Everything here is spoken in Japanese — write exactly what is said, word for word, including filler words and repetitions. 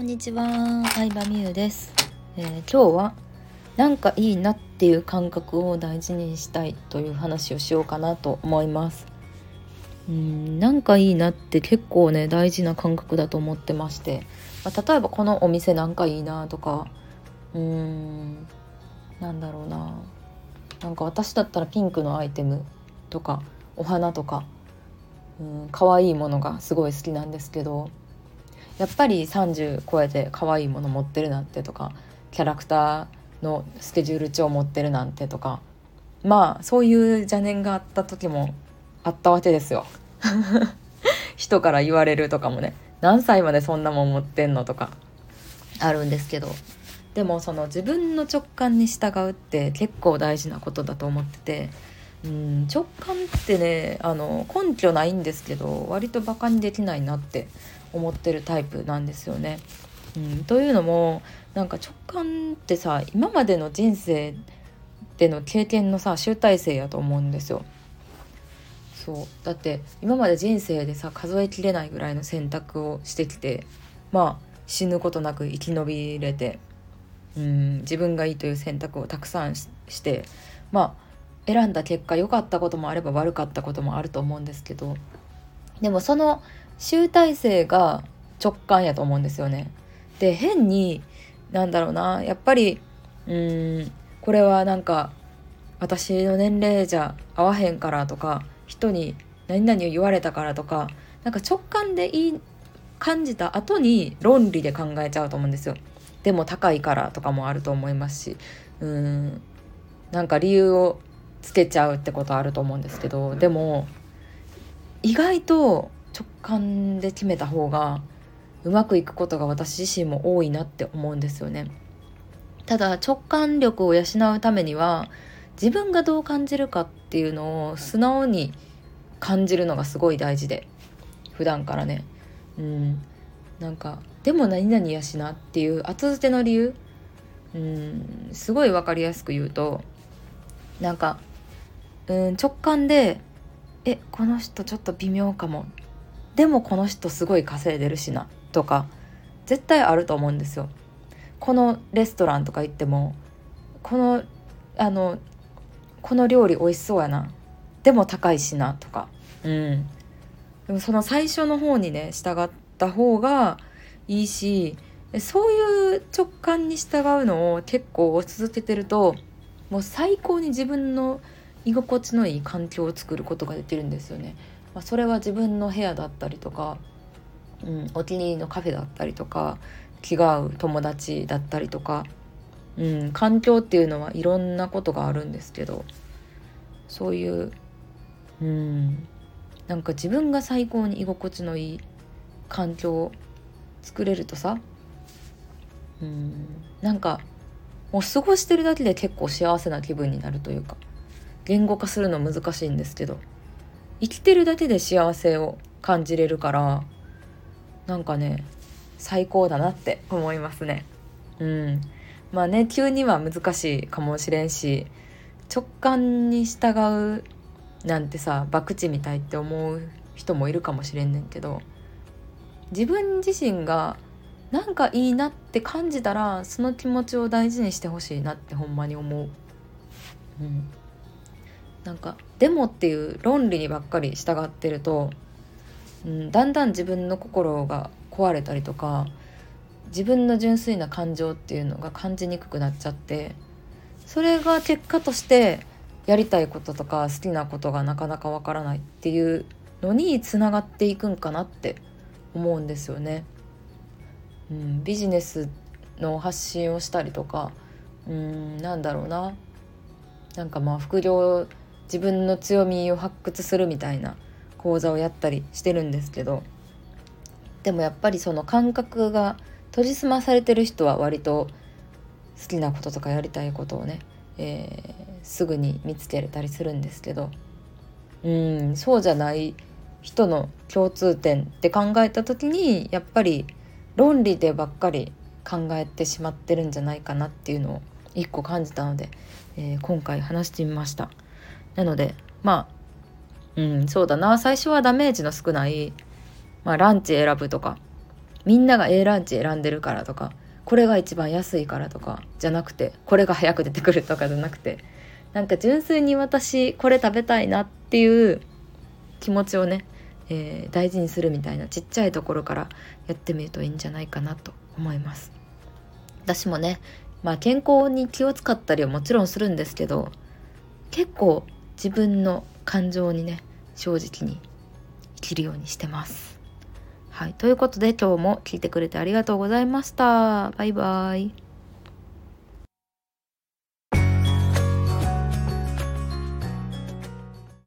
んにちは、相葉美優です、えー、今日はなんかいいなっていう感覚を大事にしたいという話をしようかなと思います。うーんなんかいいなって結構ね大事な感覚だと思ってまして、まあ、例えばこのお店なんかいいなとか、うーんなんだろうななんか私だったらピンクのアイテムとかお花とか、うん可愛いものがすごい好きなんですけど、やっぱりさんじゅう超えて可愛いもの持ってるなんてとか、キャラクターのスケジュール帳持ってるなんてとか、まあそういう邪念があった時もあったわけですよ人から言われるとかもね、何歳までそんなもん持ってんのとかあるんですけど、でもその自分の直感に従うって結構大事なことだと思ってて、うん直感ってね、あの根拠ないんですけど割とバカにできないなって思ってるタイプなんですよね。うん、というのもなんか直感ってさ、今までの人生での経験のさ集大成やと思うんですよ。そうだって今まで人生でさ数えきれないぐらいの選択をしてきて、まあ死ぬことなく生き延びれて、うん自分がいいという選択をたくさん し, してまあ選んだ結果良かったこともあれば悪かったこともあると思うんですけど、でもその集大成が直感やと思うんですよね。で変になんだろうなやっぱりうーんこれはなんか私の年齢じゃ合わへんからとか、人に何々を言われたからとか、なんか直感でいい感じた後に論理で考えちゃうと思うんですよ。でも高いからとかもあると思いますし、うーんなんか理由をつけちゃうってことあると思うんですけど、でも意外と直感で決めた方がうまくいくことが私自身も多いなって思うんですよね。ただ直感力を養うためには自分がどう感じるかっていうのを素直に感じるのがすごい大事で、普段からね、うんなんかでも何々やしなっていう後付けの理由、うんすごい分かりやすく言うと、なんかうん直感でえこの人ちょっと微妙かも、でもこの人すごい稼いでるしなとか絶対あると思うんですよ。このレストランとか行ってもこのあのこの料理美味しそうやな、でも高いしなとか、うんでもその最初の方にね従った方がいいし、そういう直感に従うのを結構続けてると、もう最高に自分の居心地のいい環境を作ることができるんですよね。まあ、それは自分の部屋だったりとか、うん、お気に入りのカフェだったりとか、気が合う友達だったりとか、うん、環境っていうのはいろんなことがあるんですけど、そういう、うん、なんか自分が最高に居心地のいい環境を作れるとさ、うん、なんかもう過ごしてるだけで結構幸せな気分になるというか、言語化するの難しいんですけど、生きてるだけで幸せを感じれるから、なんかね最高だなって思いますね。うんまあね急には難しいかもしれんし、直感に従うなんてさ博打みたいって思う人もいるかもしれんねんけど、自分自身がなんかいいなって感じたらその気持ちを大事にしてほしいなってほんまに思う。うんなんかでもっていう論理にばっかり従ってると、うん、だんだん自分の心が壊れたりとか、自分の純粋な感情っていうのが感じにくくなっちゃって、それが結果としてやりたいこととか好きなことがなかなかわからないっていうのにつながっていくんかなって思うんですよね。うん、ビジネスの発信をしたりとか、うん、なんだろうななんかまあ副業、自分の強みを発掘するみたいな講座をやったりしてるんですけど、でもやっぱりその感覚が研ぎ澄まされてる人は割と好きなこととかやりたいことをね、えー、すぐに見つけれたりするんですけど、うんそうじゃない人の共通点って考えた時にやっぱり論理でばっかり考えてしまってるんじゃないかなっていうのを一個感じたので、えー、今回話してみました。なのでまあうんそうだな最初はダメージの少ない、まあ、ランチ選ぶとか、 みんなが A ランチ選んでるからとか、これが一番安いからとかじゃなくて、これが早く出てくるとかじゃなくて、なんか純粋に私これ食べたいなっていう気持ちをね、えー、大事にするみたいなちっちゃいところからやってみるといいんじゃないかなと思います。私もね、まあ健康に気を使ったりはもちろんするんですけど、結構自分の感情にね正直に生きるようにしてます。はい、ということで今日も聞いてくれてありがとうございました。バイバイ。